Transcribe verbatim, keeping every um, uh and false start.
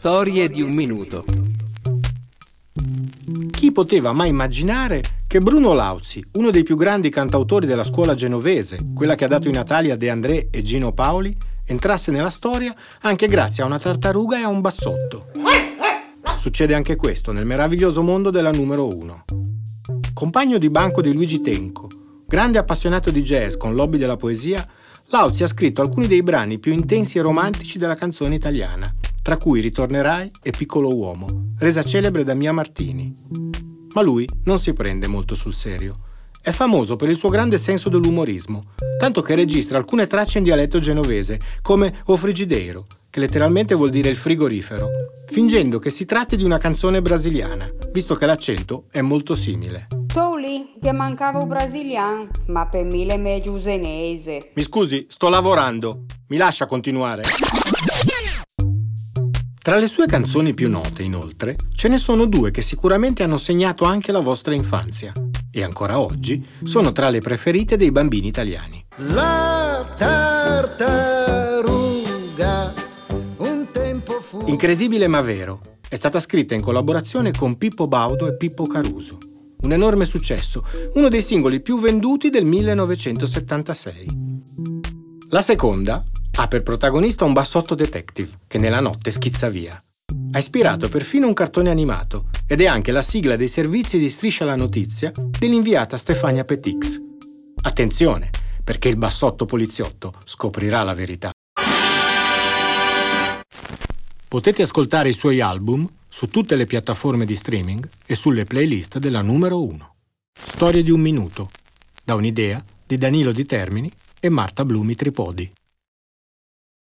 Storie di un minuto. Chi poteva mai immaginare che Bruno Lauzi, uno dei più grandi cantautori della scuola genovese, quella che ha dato i natali a De André e Gino Paoli, entrasse nella storia anche grazie a una tartaruga e a un bassotto? Succede anche questo nel meraviglioso mondo della numero uno. Compagno di banco di Luigi Tenco, grande appassionato di jazz con l'hobby della poesia, Lauzi ha scritto alcuni dei brani più intensi e romantici della canzone italiana, tra cui Ritornerai e Piccolo Uomo, resa celebre da Mia Martini. Ma lui non si prende molto sul serio. È famoso per il suo grande senso dell'umorismo, tanto che registra alcune tracce in dialetto genovese, come O Frigideiro, che letteralmente vuol dire il frigorifero, fingendo che si tratti di una canzone brasiliana, visto che l'accento è molto simile. Tô lì che mancava un brasiliano, ma per mille meglio usenese. Mi scusi, sto lavorando. Mi lascia continuare? Tra le sue canzoni più note, inoltre, ce ne sono due che sicuramente hanno segnato anche la vostra infanzia e ancora oggi sono tra le preferite dei bambini italiani. La tartaruga, un tempo fu... Incredibile ma vero, è stata scritta in collaborazione con Pippo Baudo e Pippo Caruso. Un enorme successo, uno dei singoli più venduti del millenovecentosettantasei. La seconda ha per protagonista un bassotto detective che nella notte schizza via. Ha ispirato perfino un cartone animato ed è anche la sigla dei servizi di Striscia la Notizia dell'inviata Stefania Petix. Attenzione, perché il bassotto poliziotto scoprirà la verità. Potete ascoltare i suoi album su tutte le piattaforme di streaming e sulle playlist della numero uno. Storie di un minuto, da un'idea di Danilo Di Termini e Marta Blumi Tripodi.